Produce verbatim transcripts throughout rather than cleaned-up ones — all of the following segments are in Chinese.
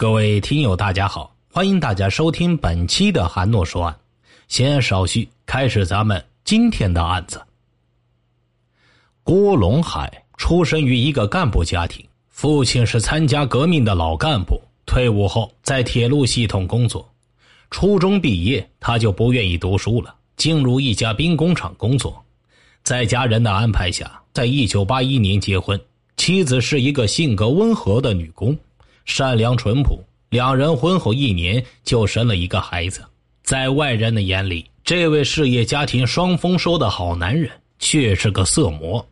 各位听友大家好，欢迎大家收听本期的韩诺说案。先稍息，开始咱们今天的案子。郭龙海出生于一个干部家庭，父亲是参加革命的老干部，退伍后在铁路系统工作。初中毕业他就不愿意读书了，进入一家兵工厂工作。在家人的安排下，在一九八一年结婚，妻子是一个性格温和的女工，善良淳朴，两人婚后一年就生了一个孩子。在外人的眼里，这位事业家庭双丰收的好男人却是个色魔。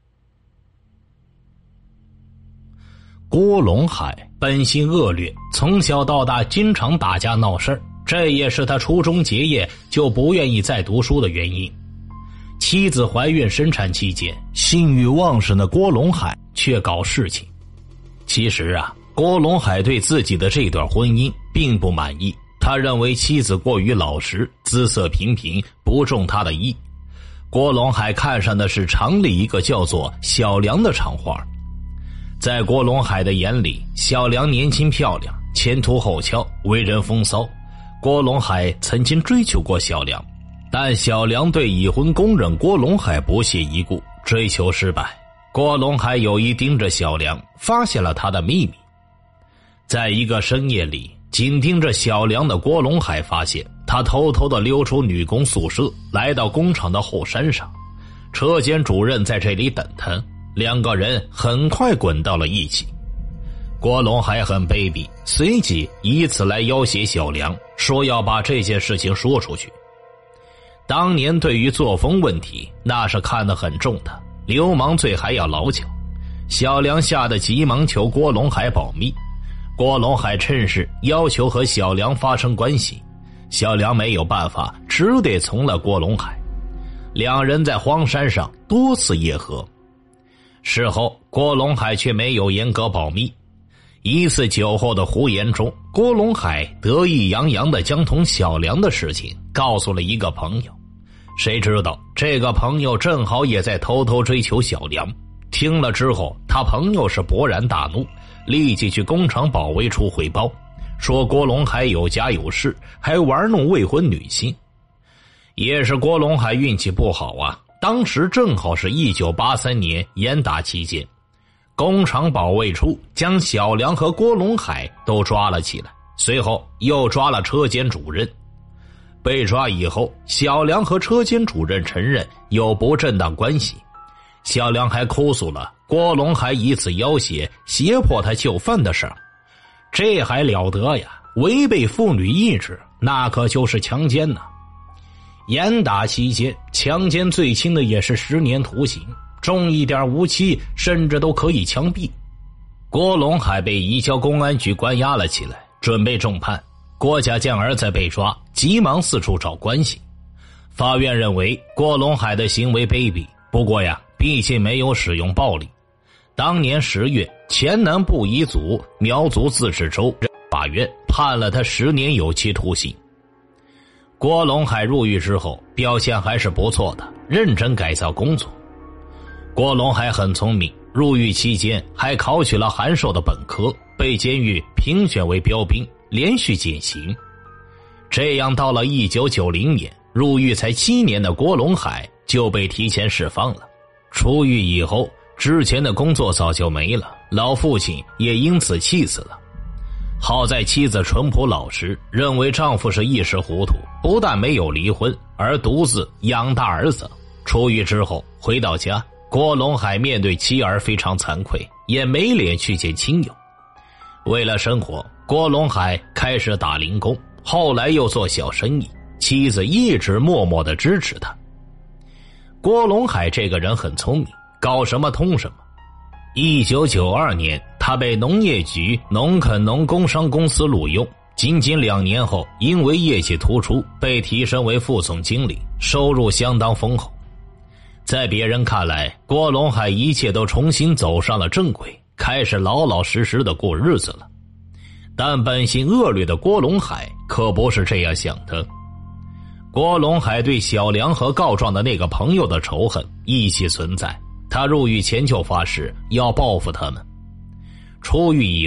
郭龙海本性恶劣，从小到大经常打架闹事儿，这也是他初中结业就不愿意再读书的原因。妻子怀孕生产期间，性欲旺盛的郭龙海却搞事情。其实啊，郭龙海对自己的这段婚姻并不满意，他认为妻子过于老实，姿色平平，不中他的意。郭龙海看上的是厂里一个叫做小梁的厂花。在郭龙海的眼里，小梁年轻漂亮，前凸后翘，为人风骚。郭龙海曾经追求过小梁，但小梁对已婚工人郭龙海不屑一顾，追求失败。郭龙海有意盯着小梁，发现了他的秘密。在一个深夜里，紧盯着小梁的郭龙海发现他偷偷地溜出女工宿舍，来到工厂的后山上。车间主任在这里等他，两个人很快滚到了一起。郭龙海很卑鄙，随即以此来要挟小梁，说要把这件事情说出去。当年对于作风问题，那是看得很重的，流氓罪还要劳教。小梁吓得急忙求郭龙海保密。郭龙海趁势要求和小梁发生关系，小梁没有办法，只得从了郭龙海。两人在荒山上多次夜合。事后郭龙海却没有严格保密。一次酒后的胡言中，郭龙海得意洋洋地将同小梁的事情告诉了一个朋友。谁知道这个朋友正好也在偷偷追求小梁。听了之后，他朋友是勃然大怒，立即去工厂保卫处汇报，说郭龙海有家有室，还玩弄未婚女性。也是郭龙海运气不好啊，当时正好是一九八三年严打期间，工厂保卫处将小梁和郭龙海都抓了起来，随后又抓了车间主任。被抓以后，小梁和车间主任承认有不正当关系。小梁还哭诉了郭龙海以此要挟胁迫他就范的事儿，这还了得呀，违背妇女意志，那可就是强奸呢。严打期间，强奸最轻的也是十年徒刑，重一点无期甚至都可以枪毙。郭龙海被移交公安局关押了起来，准备重判。郭家见儿子被抓，急忙四处找关系。法院认为郭龙海的行为卑鄙，不过呀，毕竟没有使用暴力。当年十月，黔南布依族苗族自治州法院判了他十年有期徒刑。郭龙海入狱之后表现还是不错的，认真改造工作。郭龙海很聪明，入狱期间还考取了函授的本科，被监狱评选为标兵，连续减刑。这样到了一九九零年，入狱才七年的郭龙海就被提前释放了。出狱以后，之前的工作早就没了，老父亲也因此气死了。好在妻子淳朴老实，认为丈夫是一时糊涂，不但没有离婚，而独自养大儿子。出狱之后回到家，郭龙海面对妻儿非常惭愧，也没脸去见亲友。为了生活，郭龙海开始打零工，后来又做小生意，妻子一直默默地支持他。郭龙海这个人很聪明，搞什么通什么。一九九二年，他被农业局农垦农工商公司录用，仅仅两年后，因为业绩突出，被提升为副总经理，收入相当丰厚。在别人看来，郭龙海一切都重新走上了正轨，开始老老实实的过日子了。但本性恶劣的郭龙海可不是这样想的。郭龙海对小梁和告状的那个朋友的仇恨一起存在，他入狱前就发誓要报复他们。出狱以后，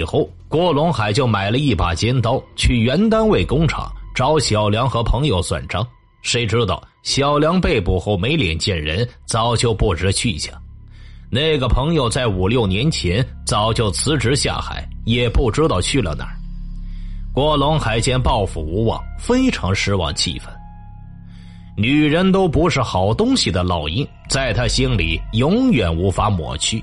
郭龙海就买了一把尖刀，去原单位工厂找小梁和朋友算账。谁知道小梁被捕后没脸见人，早就不知去向。那个朋友在五六年前早就辞职下海，也不知道去了哪儿。郭龙海见报复无望，非常失望气愤。女人都不是好东西的烙印，在他心里永远无法抹去。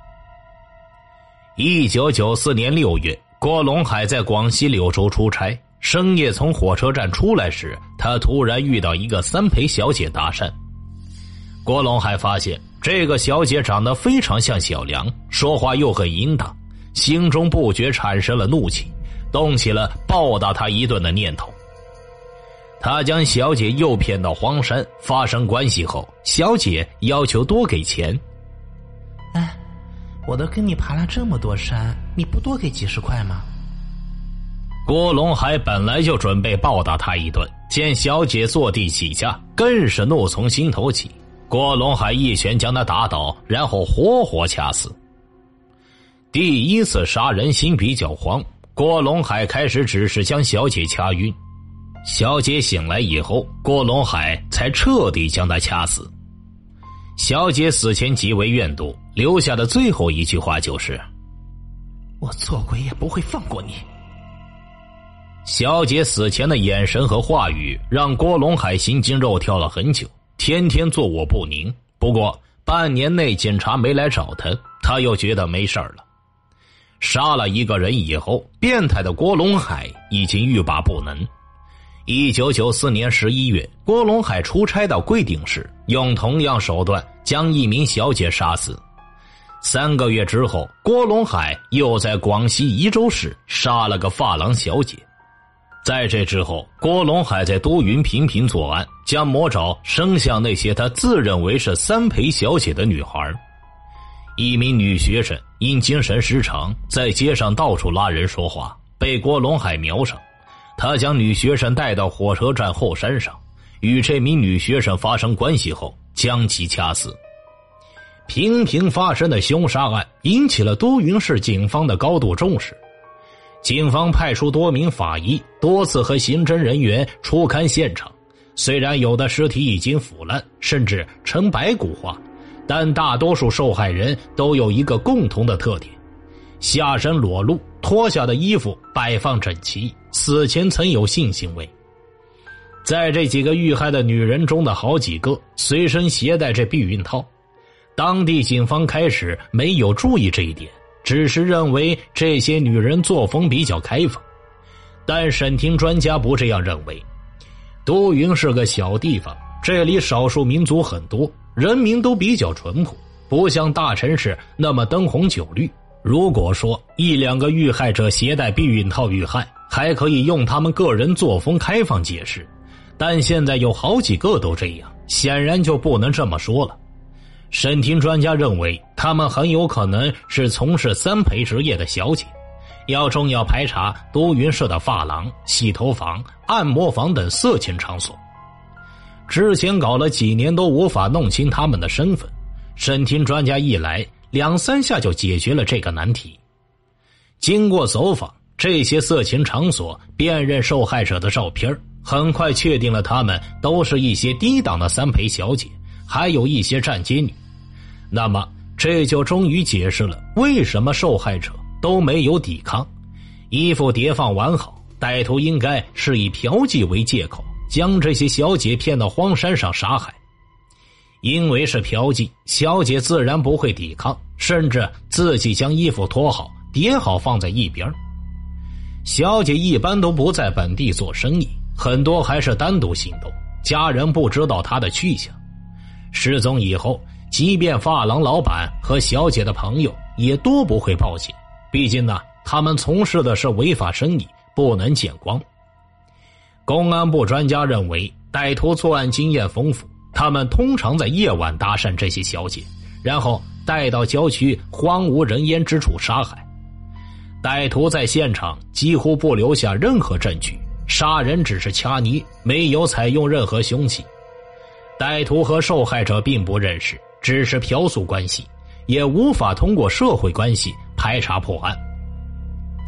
一九九四年六月，郭龙海在广西柳州出差，深夜从火车站出来时，他突然遇到一个三陪小姐搭讪。郭龙海发现这个小姐长得非常像小梁，说话又很淫荡，心中不觉产生了怒气，动起了暴打她一顿的念头。他将小姐诱骗到荒山发生关系后，小姐要求多给钱。 哎，我都跟你爬了这么多山，你不多给几十块吗？ 郭龙海本来就准备暴打她一顿，见小姐坐地起价，更是怒从心头起。郭龙海一拳将她打倒，然后活活掐死。第一次杀人心比较慌，郭龙海开始只是将小姐掐晕。小姐醒来以后，郭龙海才彻底将她掐死。小姐死前极为怨毒，留下的最后一句话就是：“ 我做鬼也不会放过你。” 小姐死前的眼神和话语让郭龙海心惊肉跳了很久，天天坐卧不宁。不过半年内警察没来找他，他又觉得没事了。杀了一个人以后，变态的郭龙海已经欲罢不能。一九九四年十一月，郭龙海出差到贵定市，用同样手段将一名小姐杀死。三个月之后，郭龙海又在广西宜州市杀了个发廊小姐。在这之后，郭龙海在都匀频频作案，将魔爪伸向那些他自认为是三陪小姐的女孩。一名女学生因精神失常，在街上到处拉人说话，被郭龙海瞄上。他将女学生带到火车站后山上，与这名女学生发生关系后，将其掐死。频频发生的凶杀案引起了都匀市警方的高度重视。警方派出多名法医，多次和刑侦人员初勘现场。虽然有的尸体已经腐烂，甚至呈白骨化，但大多数受害人都有一个共同的特点：下身裸露，脱下的衣服摆放整齐，死前曾有性行为。在这几个遇害的女人中的好几个随身携带着避孕套，当地警方开始没有注意这一点，只是认为这些女人作风比较开放。但审庭专家不这样认为。都匀是个小地方，这里少数民族很多，人民都比较淳朴，不像大城市那么灯红酒绿。如果说一两个遇害者携带避孕套遇害，还可以用他们个人作风开放解释，但现在有好几个都这样，显然就不能这么说了。审庭专家认为，他们很有可能是从事三陪职业的小姐，要重要排查都匀市的发廊、洗头房、按摩房等色情场所。之前搞了几年都无法弄清他们的身份，审庭专家一来，两三下就解决了这个难题。经过走访，这些色情场所辨认受害者的照片，很快确定了他们都是一些低档的三陪小姐，还有一些站街女。那么这就终于解释了为什么受害者都没有抵抗。衣服叠放完好，歹徒应该是以嫖妓为借口，将这些小姐骗到荒山上杀害。因为是嫖妓，小姐自然不会抵抗，甚至自己将衣服脱好叠好放在一边。小姐一般都不在本地做生意，很多还是单独行动，家人不知道她的去向。失踪以后，即便发廊老板和小姐的朋友也多不会报警，毕竟呢，他们从事的是违法生意，不能见光。公安部专家认为，歹徒作案经验丰富，他们通常在夜晚搭讪这些小姐，然后带到郊区荒无人烟之处杀害。歹徒在现场几乎不留下任何证据，杀人只是掐捏，没有采用任何凶器。歹徒和受害者并不认识，只是嫖宿关系，也无法通过社会关系排查破案。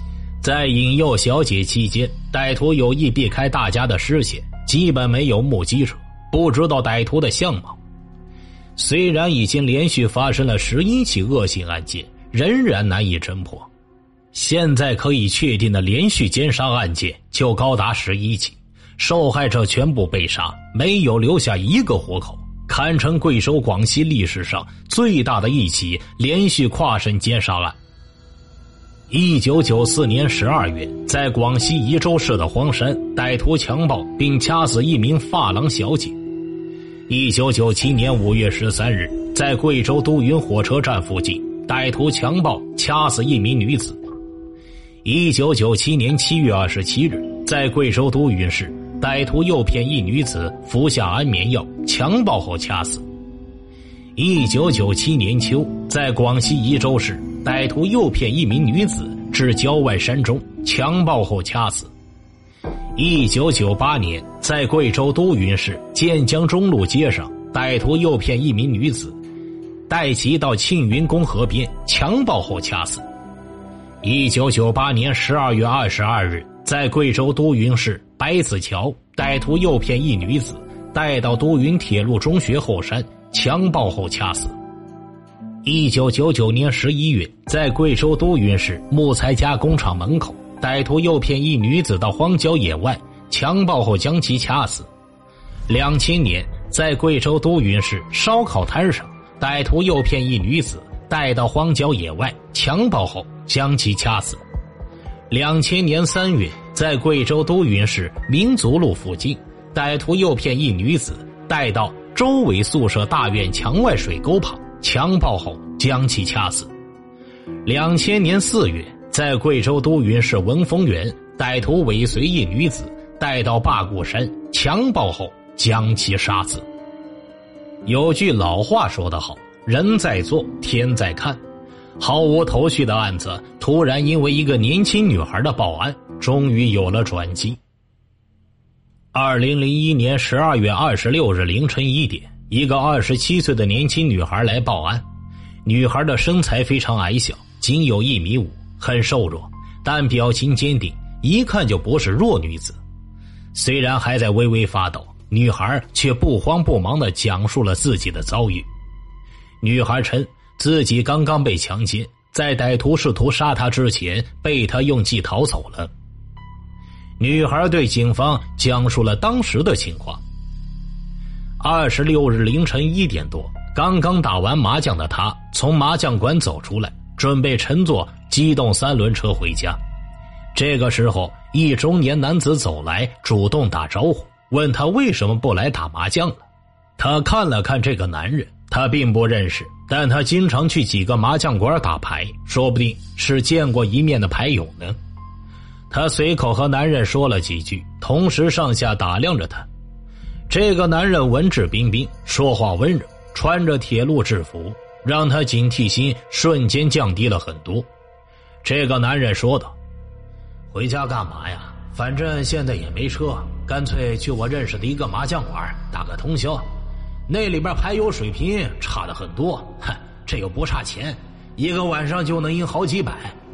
在引诱小姐期间，歹徒有意避开大家的视线，基本没有目击者，不知道歹徒的相貌。虽然已经连续发生了十一起恶性案件，仍然难以侦破。现在可以确定的连续奸杀案件就高达十一起，受害者全部被杀，没有留下一个活口，堪称贵州广西历史上最大的一起连续跨省奸杀案。一九九四年十二月，在广西宜州市的荒山，歹徒强暴并掐死一名发廊小姐。一九九七年五月十三日，在贵州都匀火车站附近，歹徒强暴掐死一名女子。一九九七年七月二十七日，在贵州都匀市，歹徒诱骗一女子服下安眠药，强暴后掐死。一九九七年秋，在广西宜州市，歹徒诱骗一名女子至郊外山中，强暴后掐死。一九九八年，在贵州都匀市建江中路街上，歹徒诱骗一名女子，带其到庆云宫河边，强暴后掐死。一九九八年十二月二十二日，在贵州都匀市白子桥，歹徒诱骗一女子，带到都匀铁路中学后山，强暴后掐死。一九九九年十一月，在贵州都匀市木材加工厂门口，歹徒诱骗一女子到荒郊野外，强暴后将其掐死。两千年，在贵州都匀市烧烤摊上，歹徒诱骗一女子带到荒郊野外，强暴后将其掐死。两千年三月，在贵州都匀市民族路附近，歹徒诱骗一女子带到州委宿舍大院墙外水沟旁，强暴后将其掐死。两千年四月，在贵州都匀市文峰园，歹徒尾随一女子带到八固山，强暴后将其杀死。有句老话说得好，人在做，天在看。毫无头绪的案子突然因为一个年轻女孩的报案，终于有了转机。二零零一年十二月二十六日凌晨一点，一个二十七岁的年轻女孩来报案。女孩的身材非常矮小，仅有一米五，很瘦弱，但表情坚定，一看就不是弱女子。虽然还在微微发抖，女孩却不慌不忙地讲述了自己的遭遇。女孩称自己刚刚被强奸，在歹徒试图杀她之前，被他用计逃走了。女孩对警方讲述了当时的情况。二十六日凌晨一点多，刚刚打完麻将的她从麻将馆走出来，准备乘坐机动三轮车回家。这个时候，一中年男子走来，主动打招呼，问他为什么不来打麻将了。他看了看这个男人，他并不认识，但他经常去几个麻将馆打牌，说不定是见过一面的牌友呢。他随口和男人说了几句，同时上下打量着他。这个男人文质彬彬，说话温柔，穿着铁路制服，让他警惕心瞬间降低了很多。这个男人说道：回家干嘛呀？反正现在也没车，干脆去我认识的一个麻将馆打个通宵。那里边牌友水平差得很多，哼，这又不差钱，一个晚上就能赢好几百。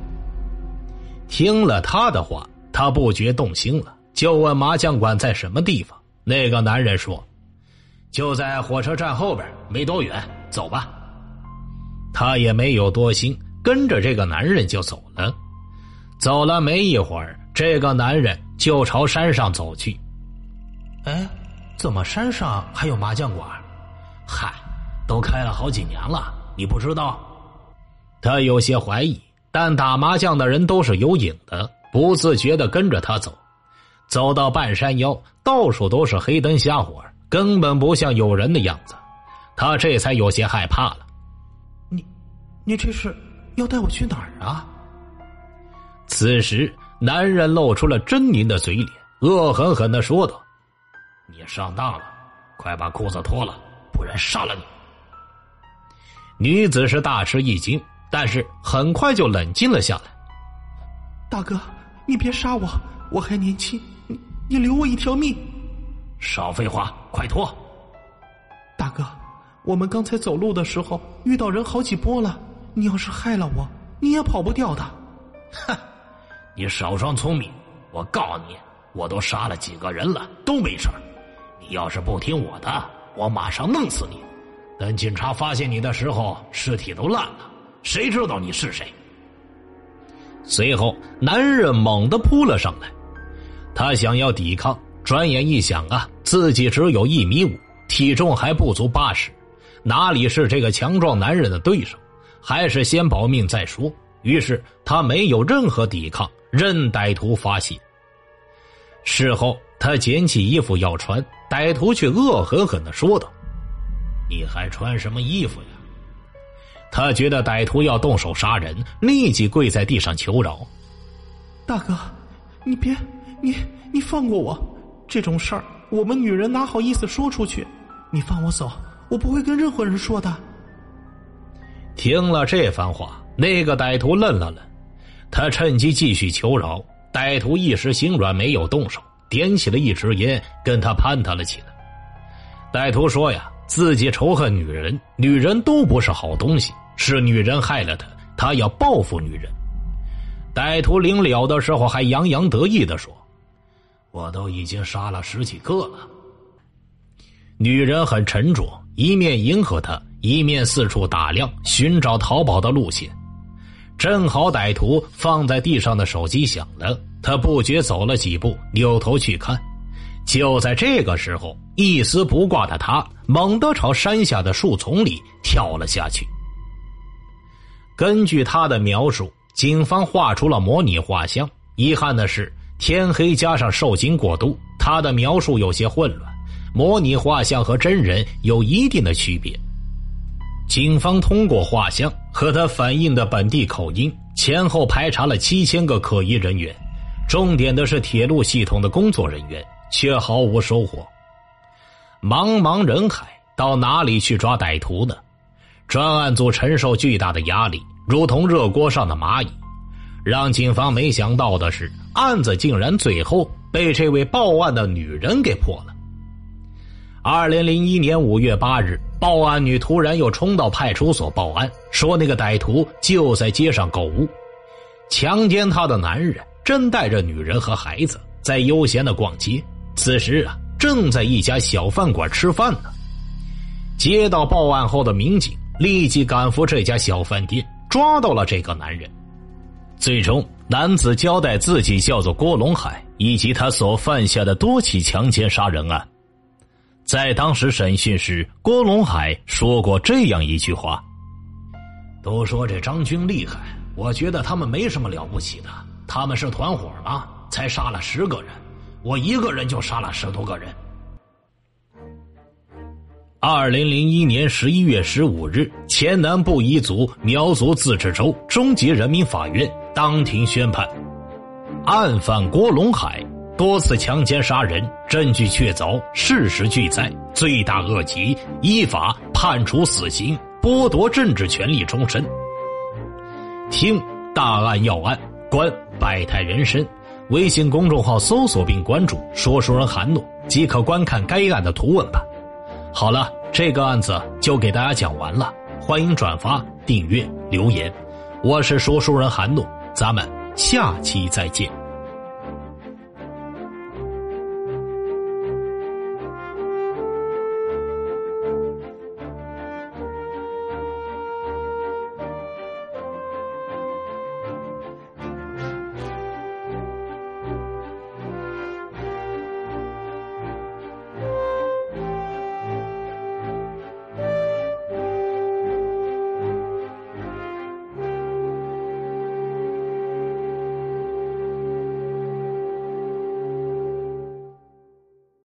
听了他的话，他不觉动心了，就问麻将馆在什么地方。那个男人说：就在火车站后边，没多远，走吧。他也没有多心，跟着这个男人就走了。走了没一会儿，这个男人就朝山上走去。 哎，怎么山上还有麻将馆？ 嗨，都开了好几年了，你不知道？他有些怀疑，但打麻将的人都是有瘾的，不自觉地跟着他走。走到半山腰，到处都是黑灯瞎火，根本不像有人的样子。他这才有些害怕了。 你，你这是要带我去哪儿啊？ 此时，男人露出了狰狞的嘴脸，恶狠狠地说道：你上当了，快把裤子脱了，不然杀了你。女子是大吃一惊，但是很快就冷静了下来。 大哥，你别杀我，我还年轻，你你留我一条命。 少废话，快脱。 大哥，我们刚才走路的时候遇到人好几波了，你要是害了我，你也跑不掉的。 哼， 你少装聪明，我告诉你，我都杀了几个人了，都没事儿。你要是不听我的，我马上弄死你。等警察发现你的时候，尸体都烂了，谁知道你是谁？”随后，男人猛地扑了上来，他想要抵抗，转眼一想啊，自己只有一米五，体重还不足八十，哪里是这个强壮男人的对手？还是先保命再说。于是他没有任何抵抗，任歹徒发泄。事后他捡起衣服要穿，歹徒却恶狠狠地说道：“你还穿什么衣服呀？”他觉得歹徒要动手杀人，立即跪在地上求饶：“ 大哥，你别，你你放过我，这种事儿我们女人哪好意思说出去？你放我走，我不会跟任何人说的。” 听了这番话，那个歹徒愣了愣，他趁机继续求饶。歹徒一时心软，没有动手，点起了一支烟，跟他攀谈了起来。歹徒说呀，自己仇恨女人，女人都不是好东西，是女人害了他，他要报复女人。歹徒临了的时候还洋洋得意地说：“我都已经杀了十几个了。”女人很沉着，一面迎合他，一面四处打量，寻找逃跑的路线。正好歹徒放在地上的手机响了，他不觉走了几步，扭头去看。就在这个时候，一丝不挂的他猛地朝山下的树丛里跳了下去。根据他的描述，警方画出了模拟画像。遗憾的是，天黑加上受惊过度，他的描述有些混乱，模拟画像和真人有一定的区别。警方通过画像和他反映的本地口音，前后排查了七千个可疑人员，重点的是铁路系统的工作人员，却毫无收获。茫茫人海，到哪里去抓歹徒呢？专案组承受巨大的压力，如同热锅上的蚂蚁。让警方没想到的是，案子竟然最后被这位报案的女人给破了。二零零一年五月八日，报案女突然又冲到派出所报案，说那个歹徒就在街上购物，强奸她的男人正带着女人和孩子在悠闲的逛街，此时啊，正在一家小饭馆吃饭呢。接到报案后的民警立即赶赴这家小饭店，抓到了这个男人。最终，男子交代自己叫做郭龙海，以及他所犯下的多起强奸杀人案。在当时审讯时，郭龙海说过这样一句话：“都说这张军厉害，我觉得他们没什么了不起的，他们是团伙嘛，才杀了十个人，我一个人就杀了十多个人。”二零零一年十一月十五日，黔南布依族苗族自治州中级人民法院当庭宣判，案犯郭龙海多次强奸杀人，证据确凿，事实俱在，罪大恶极，依法判处死刑，剥夺政治权利终身。听大案要案，观百态人生。微信公众号搜索并关注说书人韩诺，即可观看该案的图文版。好了，这个案子就给大家讲完了，欢迎转发、订阅、留言。我是说书人韩诺，咱们下期再见。